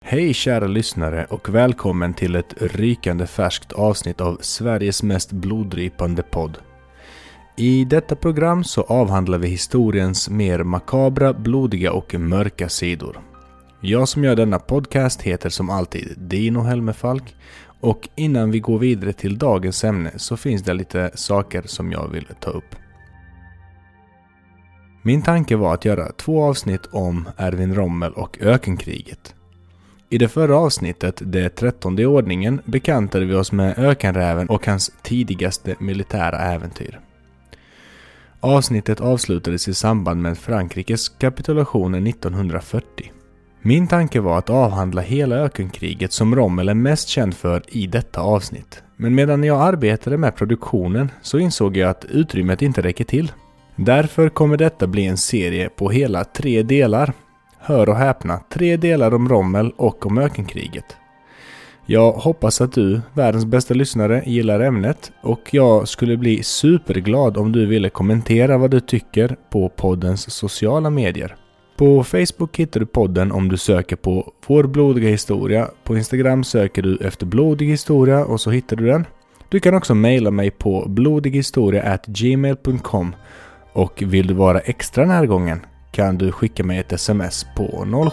Hej kära lyssnare och välkommen till ett rykande färskt avsnitt av Sveriges mest bloddrypande podd. I detta program så avhandlar vi historiens mer makabra, blodiga och mörka sidor. Jag som gör denna podcast heter som alltid Dino Helmefalk, och innan vi går vidare till dagens ämne så finns det lite saker som jag vill ta upp. Min tanke var att göra 2 avsnitt om Erwin Rommel och ökenkriget. I det förra avsnittet, det 13:e i ordningen, bekantade vi oss med ökenräven och hans tidigaste militära äventyr. Avsnittet avslutades i samband med Frankrikes kapitulation 1940. Min tanke var att avhandla hela ökenkriget som Rommel är mest känd för i detta avsnitt. Men medan jag arbetade med produktionen så insåg jag att utrymmet inte räcker till. Därför kommer detta bli en serie på hela 3 delar. Hör och häpna, 3 delar om Rommel och om ökenkriget. Jag hoppas att du, världens bästa lyssnare, gillar ämnet och jag skulle bli superglad om du ville kommentera vad du tycker på poddens sociala medier. På Facebook hittar du podden om du söker på Vår blodiga historia. På Instagram söker du efter blodig historia och så hittar du den. Du kan också mejla mig på blodighistoria@gmail.com, och vill du vara extra närgången kan du skicka mig ett sms på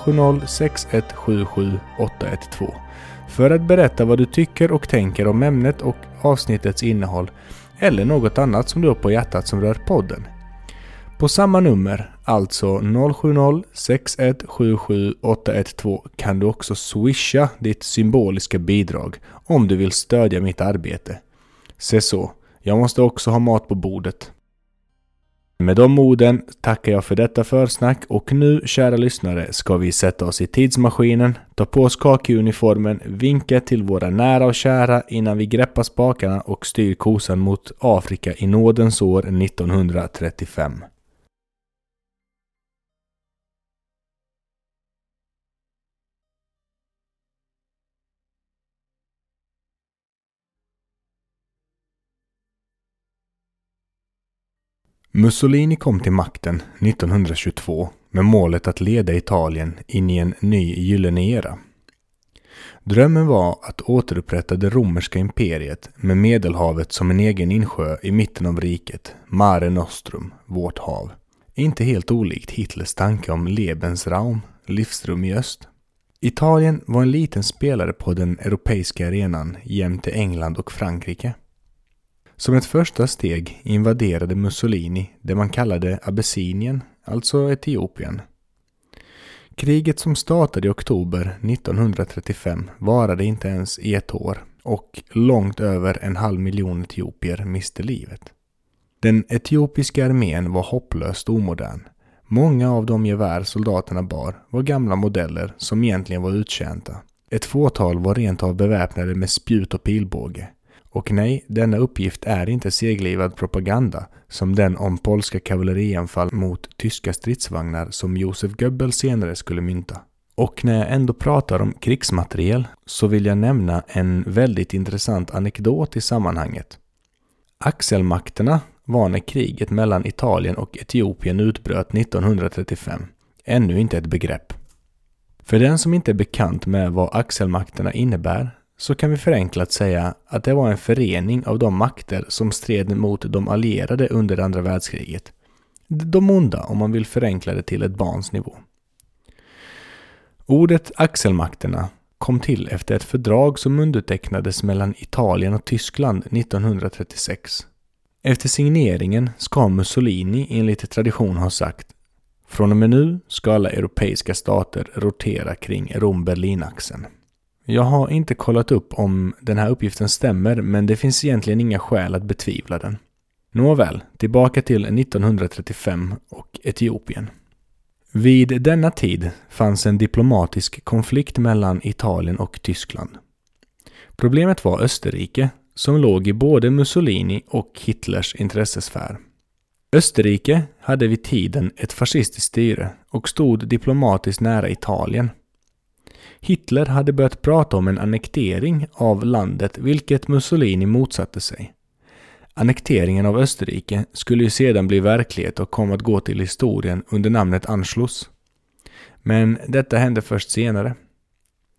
070-6177-812 för att berätta vad du tycker och tänker om ämnet och avsnittets innehåll eller något annat som du har på hjärtat som rör podden. På samma nummer, alltså 070-6177-812, kan du också swisha ditt symboliska bidrag om du vill stödja mitt arbete. Se så, jag måste också ha mat på bordet. Med de orden tackar jag för detta försnack och nu, kära lyssnare, ska vi sätta oss i tidsmaskinen, ta på oss kakiuniformen, vinka till våra nära och kära innan vi greppar spakarna och styr kosan mot Afrika i nådens år 1935. Mussolini kom till makten 1922 med målet att leda Italien in i en ny gyllene era. Drömmen var att återupprätta det romerska imperiet med Medelhavet som en egen insjö i mitten av riket, Mare Nostrum, vårt hav. Inte helt olikt Hitlers tanke om Lebensraum, livsrum i öst. Italien var en liten spelare på den europeiska arenan jämte England och Frankrike. Som ett första steg invaderade Mussolini det man kallade Abessinien, alltså Etiopien. Kriget som startade i oktober 1935 varade inte ens i 1 år och långt över 500 000 etiopier miste livet. Den etiopiska armén var hopplöst omodern. Många av de gevär soldaterna bar var gamla modeller som egentligen var uttjänta. Ett fåtal var rent av beväpnade med spjut och pilbåge. Och nej, denna uppgift är inte seglivad propaganda som den om polska kavallerianfall mot tyska stridsvagnar som Josef Goebbels senare skulle mynta. Och när jag ändå pratar om krigsmateriel så vill jag nämna en väldigt intressant anekdot i sammanhanget. Axelmakterna var när kriget mellan Italien och Etiopien utbröt 1935 ännu inte ett begrepp. För den som inte är bekant med vad axelmakterna innebär så kan vi förenklat säga att det var en förening av de makter som stred mot de allierade under andra världskriget. De onda, om man vill förenkla det till ett barns nivå. Ordet axelmakterna kom till efter ett fördrag som undertecknades mellan Italien och Tyskland 1936. Efter signeringen ska Mussolini enligt tradition ha sagt: från och med nu ska alla europeiska stater rotera kring Rom-Berlin-axeln. Jag har inte kollat upp om den här uppgiften stämmer, men det finns egentligen inga skäl att betvivla den. Nåväl, tillbaka till 1935 och Etiopien. Vid denna tid fanns en diplomatisk konflikt mellan Italien och Tyskland. Problemet var Österrike, som låg i både Mussolini och Hitlers intressesfär. Österrike hade vid tiden ett fascistiskt styre och stod diplomatiskt nära Italien. Hitler hade börjat prata om en annektering av landet, vilket Mussolini motsatte sig. Annekteringen av Österrike skulle ju sedan bli verklighet och kom att gå till historien under namnet Anschluss. Men detta hände först senare.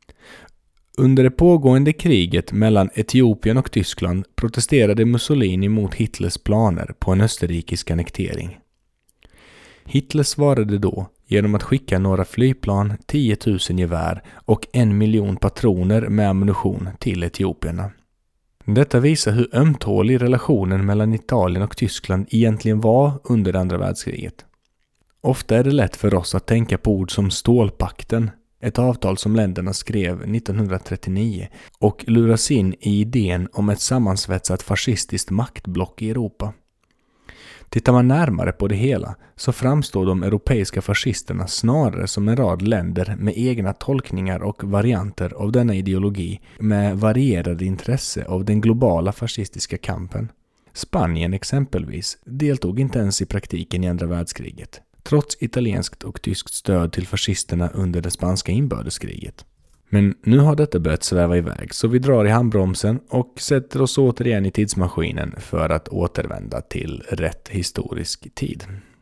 Under det pågående kriget mellan Etiopien och Tyskland protesterade Mussolini mot Hitlers planer på en österrikisk annektering. Hitler svarade då genom att skicka några flygplan, 10 000 gevär och 1 miljon patroner med ammunition till etiopierna. Detta visar hur ömtålig relationen mellan Italien och Tyskland egentligen var under andra världskriget. Ofta är det lätt för oss att tänka på ord som stålpakten, ett avtal som länderna skrev 1939 och luras in i idén om ett sammansvetsat fascistiskt maktblock i Europa. Tittar man närmare på det hela så framstår de europeiska fascisterna snarare som en rad länder med egna tolkningar och varianter av denna ideologi med varierade intresse av den globala fascistiska kampen. Spanien exempelvis deltog inte ens i praktiken i andra världskriget, trots italienskt och tyskt stöd till fascisterna under det spanska inbördeskriget. Men nu har detta börjat sväva iväg, så vi drar i handbromsen och sätter oss återigen i tidsmaskinen för att återvända till rätt historisk tid.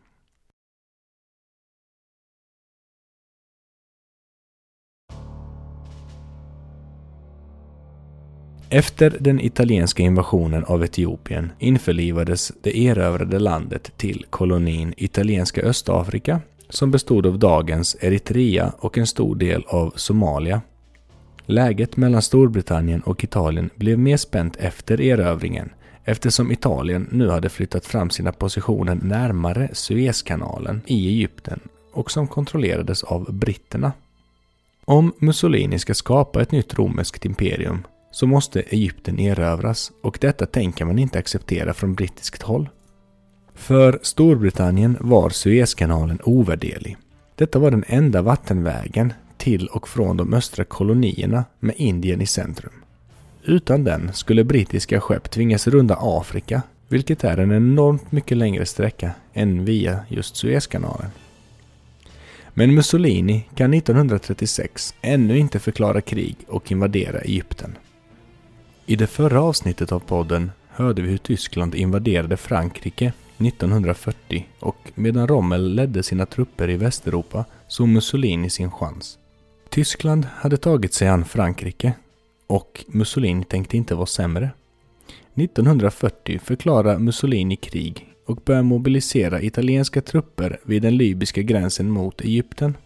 Efter den italienska invasionen av Etiopien införlivades det erövrade landet till kolonin Italienska Östafrika, som bestod av dagens Eritrea och en stor del av Somalia. Läget mellan Storbritannien och Italien blev mer spänt efter erövringen, eftersom Italien nu hade flyttat fram sina positioner närmare Suezkanalen i Egypten och som kontrollerades av britterna. Om Mussolini ska skapa ett nytt romerskt imperium så måste Egypten erövras, och detta tänker man inte acceptera från brittiskt håll. För Storbritannien var Suezkanalen ovärderlig. Detta var den enda vattenvägen till och från de östra kolonierna med Indien i centrum. Utan den skulle brittiska skepp tvingas runda Afrika, vilket är en enormt mycket längre sträcka än via just Suezkanalen. Men Mussolini kan 1936 ännu inte förklara krig och invadera Egypten. I det förra avsnittet av podden hörde vi hur Tyskland invaderade Frankrike 1940, och medan Rommel ledde sina trupper i Västeuropa såg Mussolini sin chans. Tyskland hade tagit sig an Frankrike och Mussolini tänkte inte vara sämre. 1940 förklarade Mussolini krig och började mobilisera italienska trupper vid den libyska gränsen mot Egypten.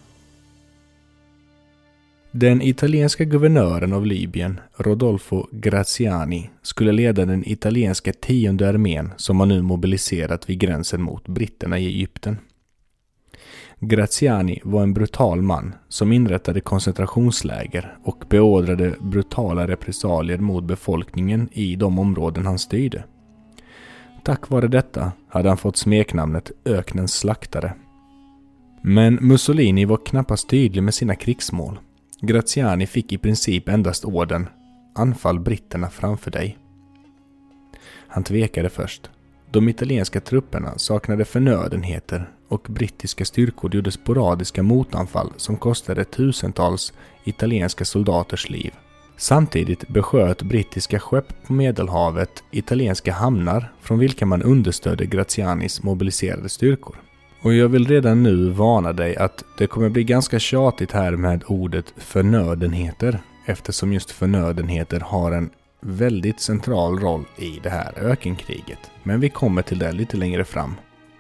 Den italienska guvernören av Libyen, Rodolfo Graziani, skulle leda den italienska 10:e armén som man nu mobiliserat vid gränsen mot britterna i Egypten. Graziani var en brutal man som inrättade koncentrationsläger och beordrade brutala repressalier mot befolkningen i de områden han styrde. Tack vare detta hade han fått smeknamnet öknens slaktare. Men Mussolini var knappast tydlig med sina krigsmål. Graziani fick i princip endast orden: anfall britterna framför dig. Han tvekade först. De italienska trupperna saknade förnödenheter och brittiska styrkor gjorde sporadiska motanfall som kostade tusentals italienska soldaters liv. Samtidigt besköt brittiska skepp på Medelhavet italienska hamnar från vilka man understödde Grazianis mobiliserade styrkor. Och jag vill redan nu varna dig att det kommer bli ganska tjatigt här med ordet förnödenheter, eftersom just förnödenheter har en väldigt central roll i det här ökenkriget. Men vi kommer till det lite längre fram.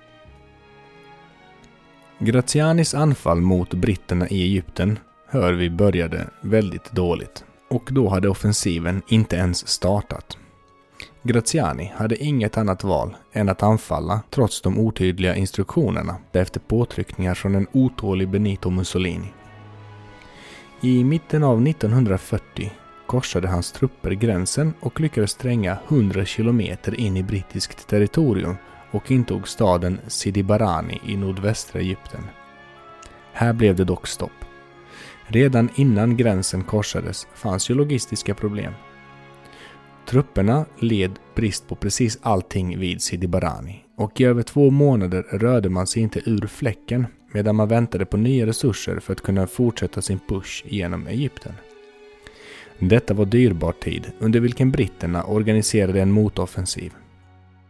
Grazianis anfall mot britterna i Egypten hör vi började väldigt dåligt. Och då hade offensiven inte ens startat. Graziani hade inget annat val än att anfalla trots de otydliga instruktionerna efter påtryckningar från en otålig Benito Mussolini. I mitten av 1940 korsade hans trupper gränsen och lyckades stränga 100 kilometer in i brittiskt territorium och intog staden Sidi Barrani i nordvästra Egypten. Här blev det dock stopp. Redan innan gränsen korsades fanns ju logistiska problem. Trupperna led brist på precis allting vid Sidi Barrani, och i över 2 månader rörde man sig inte ur fläcken medan man väntade på nya resurser för att kunna fortsätta sin push genom Egypten. Detta var dyrbar tid under vilken britterna organiserade en motoffensiv.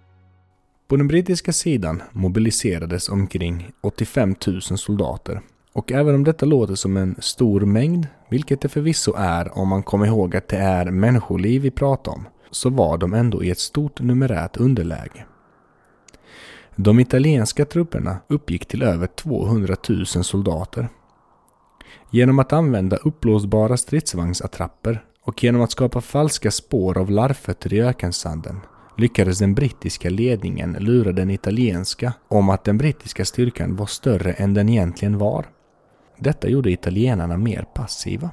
På den brittiska sidan mobiliserades omkring 85 000 soldater Och även om detta låter som en stor mängd, vilket det förvisso är om man kommer ihåg att det är människoliv vi pratar om, så var de ändå i ett stort numerärt underläge. De italienska trupperna uppgick till över 200 000 soldater. Genom att använda uppblåsbara stridsvagnsattrapper och genom att skapa falska spår av larvfötter i ökensanden lyckades den brittiska ledningen lura den italienska om att den brittiska styrkan var större än den egentligen var. Detta gjorde italienarna mer passiva.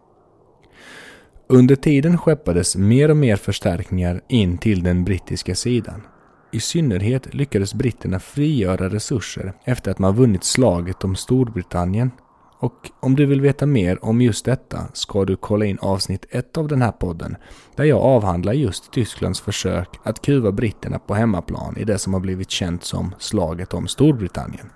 Under tiden skeppades mer och mer förstärkningar in till den brittiska sidan. I synnerhet lyckades britterna frigöra resurser efter att man vunnit slaget om Storbritannien. Och om du vill veta mer om just detta ska du kolla in avsnitt 1 av den här podden där jag avhandlar just Tysklands försök att kuva britterna på hemmaplan i det som har blivit känt som slaget om Storbritannien.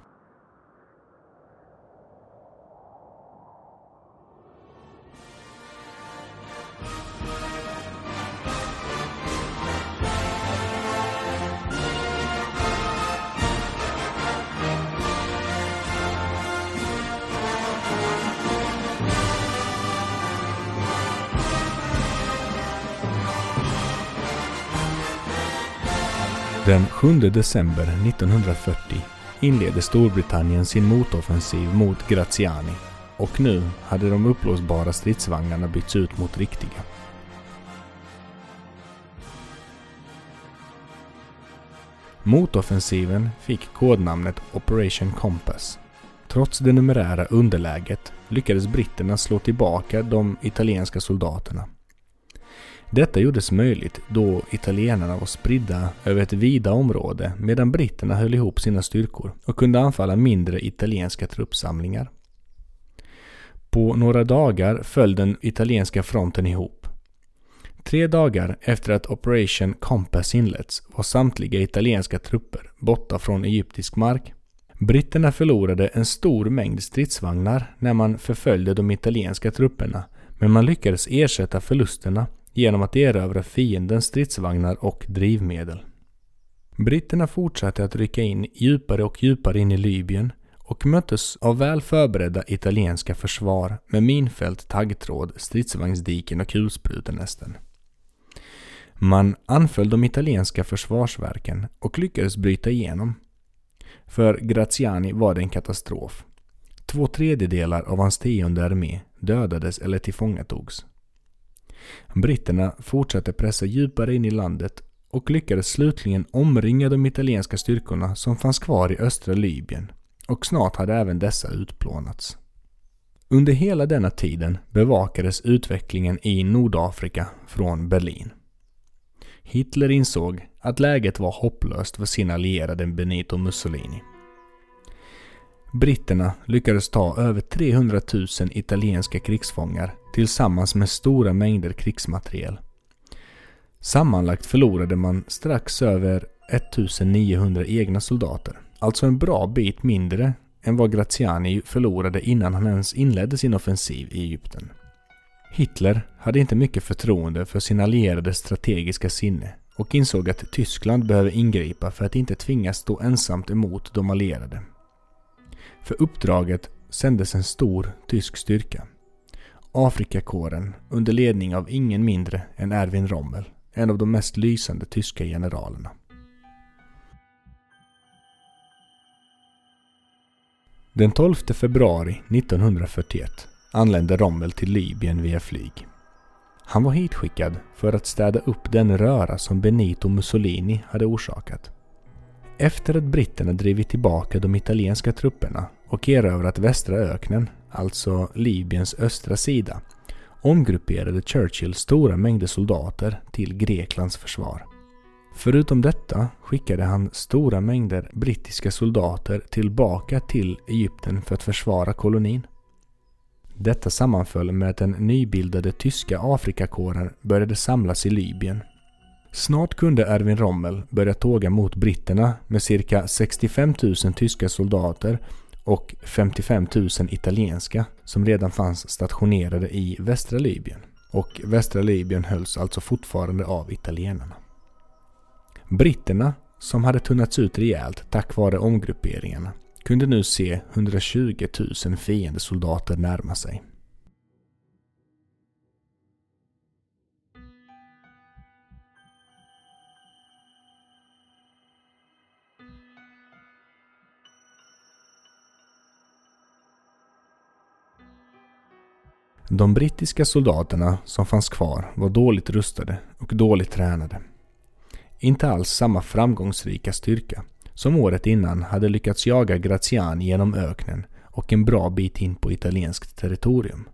Den 7 december 1940 inledde Storbritannien sin motoffensiv mot Graziani och nu hade de uppblåsbara stridsvagnarna bytts ut mot riktiga. Motoffensiven fick kodnamnet Operation Compass. Trots det numerära underläget lyckades britterna slå tillbaka de italienska soldaterna. Detta gjordes möjligt då italienarna var spridda över ett vida område medan britterna höll ihop sina styrkor och kunde anfalla mindre italienska truppsamlingar. På några dagar föll den italienska fronten ihop. 3 dagar efter att Operation Compass inletts var samtliga italienska trupper borta från egyptisk mark. Britterna förlorade en stor mängd stridsvagnar när man förföljde de italienska trupperna, men man lyckades ersätta förlusterna genom att erövra fiendens stridsvagnar och drivmedel. Britterna fortsatte att rycka in djupare och djupare in i Libyen och möttes av väl förberedda italienska försvar med minfält, taggtråd, stridsvagnsdiken och kulsprutenästen. Man anföll de italienska försvarsverken och lyckades bryta igenom. För Graziani var det en katastrof. 2/3 av hans 10:e armé dödades eller tillfångatogs. Britterna fortsatte pressa djupare in i landet och lyckades slutligen omringa de italienska styrkorna som fanns kvar i östra Libyen, och snart hade även dessa utplånats. Under hela denna tiden bevakades utvecklingen i Nordafrika från Berlin. Hitler insåg att läget var hopplöst för sin allierade Benito Mussolini. Britterna lyckades ta över 300 000 italienska krigsfångar tillsammans med stora mängder krigsmateriel. Sammanlagt förlorade man strax över 1900 egna soldater, alltså en bra bit mindre än vad Graziani förlorade innan han ens inledde sin offensiv i Egypten. Hitler hade inte mycket förtroende för sin allierade strategiska sinne och insåg att Tyskland behöver ingripa för att inte tvingas stå ensamt emot de allierade. För uppdraget sändes en stor tysk styrka. Afrikakåren under ledning av ingen mindre än Erwin Rommel, en av de mest lysande tyska generalerna. Den 12 februari 1941 anlände Rommel till Libyen via flyg. Han var hitskickad för att städa upp den röra som Benito Mussolini hade orsakat. Efter att britterna drivit tillbaka de italienska trupperna och erövrat västra öknen, alltså Libyens östra sida, omgrupperade Churchill stora mängder soldater till Greklands försvar. Förutom detta skickade han stora mängder brittiska soldater tillbaka till Egypten för att försvara kolonin. Detta sammanföll med att den nybildade tyska Afrikakåren började samlas i Libyen. Snart kunde Erwin Rommel börja tåga mot britterna med cirka 65 000 tyska soldater och 55 000 italienska som redan fanns stationerade i västra Libyen. Och västra Libyen hölls alltså fortfarande av italienarna. Britterna, som hade tunnats ut rejält tack vare omgrupperingarna, kunde nu se 120 000 fiendesoldater närma sig. De brittiska soldaterna som fanns kvar var dåligt rustade och dåligt tränade. Inte alls samma framgångsrika styrka som året innan hade lyckats jaga Graziani genom öknen och en bra bit in på italienskt territorium.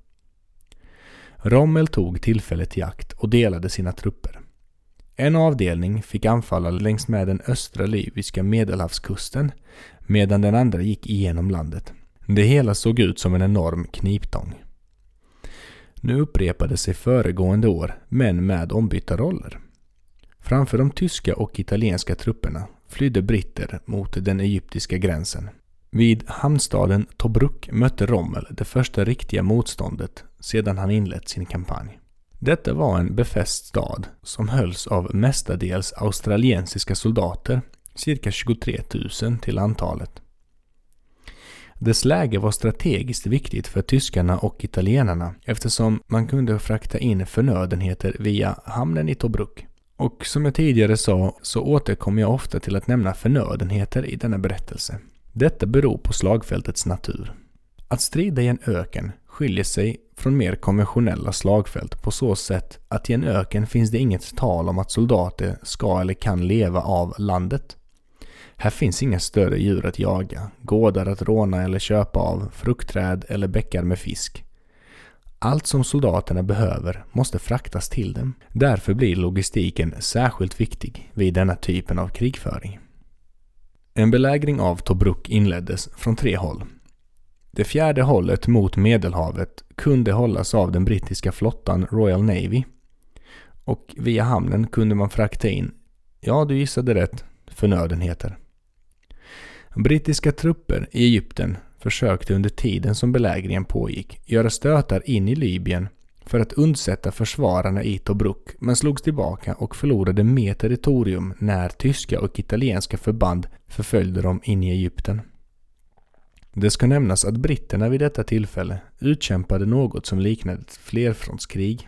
Rommel tog tillfället i akt och delade sina trupper. En avdelning fick anfalla längs med den östra libyska medelhavskusten medan den andra gick igenom landet. Det hela såg ut som en enorm kniptång. Nu upprepade sig föregående år, men med ombytta roller. Framför de tyska och italienska trupperna flydde britter mot den egyptiska gränsen. Vid hamnstaden Tobruk mötte Rommel det första riktiga motståndet sedan han inlett sin kampanj. Detta var en befäst stad som hölls av mestadels australiensiska soldater, cirka 23 000 till antalet. Dess läge var strategiskt viktigt för tyskarna och italienarna eftersom man kunde frakta in förnödenheter via hamnen i Tobruk. Och som jag tidigare sa så återkommer jag ofta till att nämna förnödenheter i denna berättelse. Detta beror på slagfältets natur. Att strida i en öken skiljer sig från mer konventionella slagfält på så sätt att i en öken finns det inget tal om att soldater ska eller kan leva av landet. Här finns inga större djur att jaga, gårdar att råna eller köpa av, fruktträd eller bäckar med fisk. Allt som soldaterna behöver måste fraktas till dem. Därför blir logistiken särskilt viktig vid denna typen av krigföring. En belägring av Tobruk inleddes från 3 håll. Det fjärde hållet mot Medelhavet kunde hållas av den brittiska flottan Royal Navy. Och via hamnen kunde man frakta in, ja du gissade rätt, förnödenheter. Brittiska trupper i Egypten försökte under tiden som belägringen pågick göra stötar in i Libyen för att undsätta försvararna i Tobruk, men slogs tillbaka och förlorade mer territorium när tyska och italienska förband förföljde dem in i Egypten. Det ska nämnas att britterna vid detta tillfälle utkämpade något som liknade ett flerfrontskrig.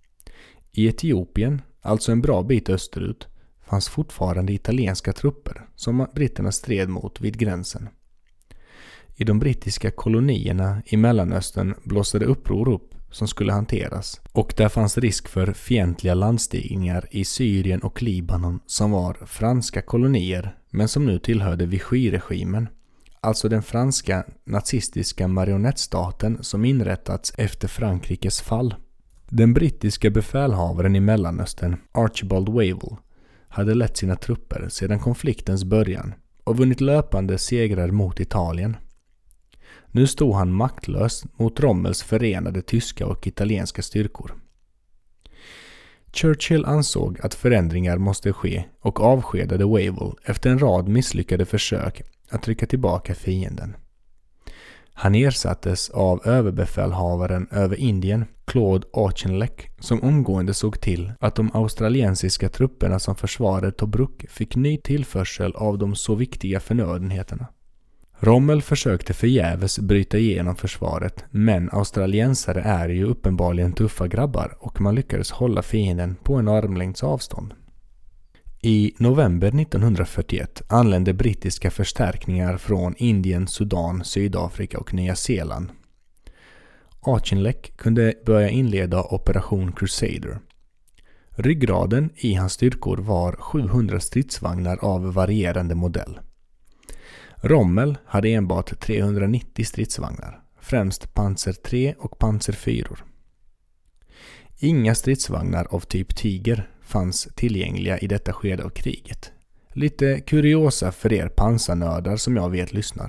I Etiopien, alltså en bra bit österut, fanns fortfarande italienska trupper som britterna stred mot vid gränsen. I de brittiska kolonierna i Mellanöstern blossade uppror upp som skulle hanteras, och där fanns risk för fientliga landstigningar i Syrien och Libanon som var franska kolonier men som nu tillhörde Vichy-regimen, alltså den franska nazistiska marionettstaten som inrättats efter Frankrikes fall. Den brittiska befälhavaren i Mellanöstern, Archibald Wavell, hade lett sina trupper sedan konfliktens början och vunnit löpande segrar mot Italien. Nu stod han maktlös mot Rommels förenade tyska och italienska styrkor. Churchill ansåg att förändringar måste ske och avskedade Wavell efter en rad misslyckade försök att trycka tillbaka fienden. Han ersattes av överbefälhavaren över Indien, Claude Auchinleck, som omgående såg till att de australiensiska trupperna som försvarade Tobruk fick ny tillförsel av de så viktiga förnödenheterna. Rommel försökte förgäves bryta igenom försvaret, men australiensare är ju uppenbarligen tuffa grabbar och man lyckades hålla fienden på en armlängds avstånd. I november 1941 anlände brittiska förstärkningar från Indien, Sudan, Sydafrika och Nya Zeeland. Auchinleck kunde börja inleda Operation Crusader. Ryggraden i hans styrkor var 700 stridsvagnar av varierande modell. Rommel hade enbart 390 stridsvagnar, främst Panzer 3 och Panzer 4. Inga stridsvagnar av typ Tiger fanns tillgängliga i detta skede av kriget. Lite kuriosa för er pansarnördar som jag vet lyssnar.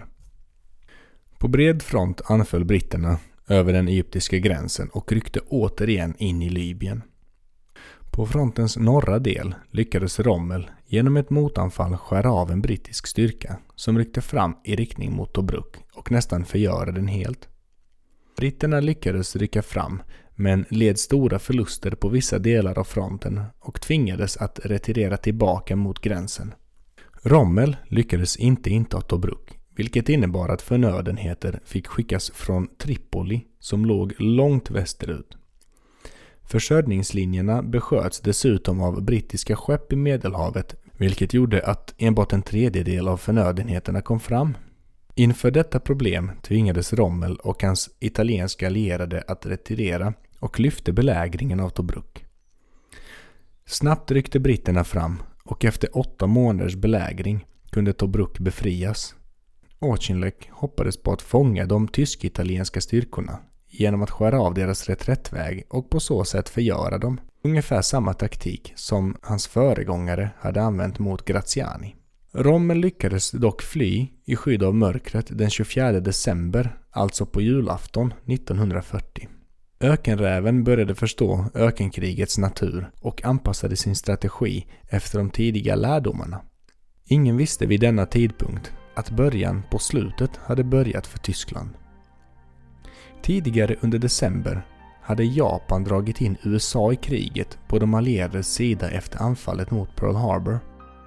På bred front anföll britterna över den egyptiska gränsen och ryckte återigen in i Libyen. På frontens norra del lyckades Rommel genom ett motanfall skära av en brittisk styrka som ryckte fram i riktning mot Tobruk och nästan förgöra den helt. Britterna lyckades rycka fram men led stora förluster på vissa delar av fronten och tvingades att retirera tillbaka mot gränsen. Rommel lyckades inte inta Tobruk, vilket innebar att förnödenheter fick skickas från Tripoli som låg långt västerut. Försörjningslinjerna besköts dessutom av brittiska skepp i Medelhavet, vilket gjorde att enbart en tredjedel av förnödenheterna kom fram. Inför detta problem tvingades Rommel och hans italienska allierade att retirera och lyfte belägringen av Tobruk. Snabbt ryckte britterna fram och efter 8 månaders belägring kunde Tobruk befrias. Auchinleck hoppades på att fånga de tysk-italienska styrkorna genom att skära av deras reträttväg och på så sätt förgöra dem. Ungefär samma taktik som hans föregångare hade använt mot Graziani. Rommel lyckades dock fly i skydd av mörkret den 24 december, alltså på julafton 1940. Ökenräven började förstå ökenkrigets natur och anpassade sin strategi efter de tidiga lärdomarna. Ingen visste vid denna tidpunkt att början på slutet hade börjat för Tyskland. Tidigare under december hade Japan dragit in USA i kriget på de allierades sida efter anfallet mot Pearl Harbor.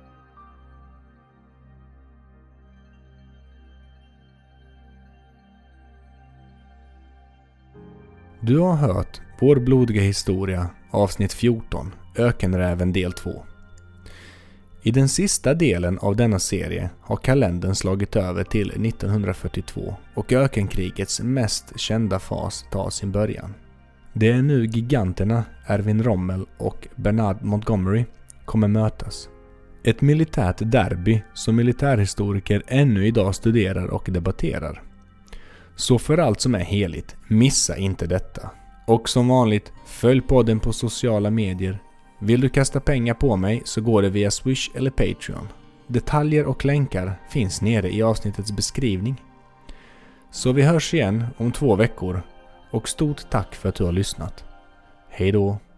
Du har hört Vår blodiga historia, avsnitt 14, Ökenräven del 2. I den sista delen av denna serie har kalendern slagit över till 1942 och ökenkrigets mest kända fas tar sin början. Det är nu giganterna Erwin Rommel och Bernard Montgomery kommer mötas. Ett militärt derby som militärhistoriker ännu idag studerar och debatterar. Så för allt som är heligt, missa inte detta. Och som vanligt, följ podden på sociala medier. Vill du kasta pengar på mig så går det via Swish eller Patreon. Detaljer och länkar finns nere i avsnittets beskrivning. Så vi hörs igen om 2 veckor och stort tack för att du har lyssnat. Hej då!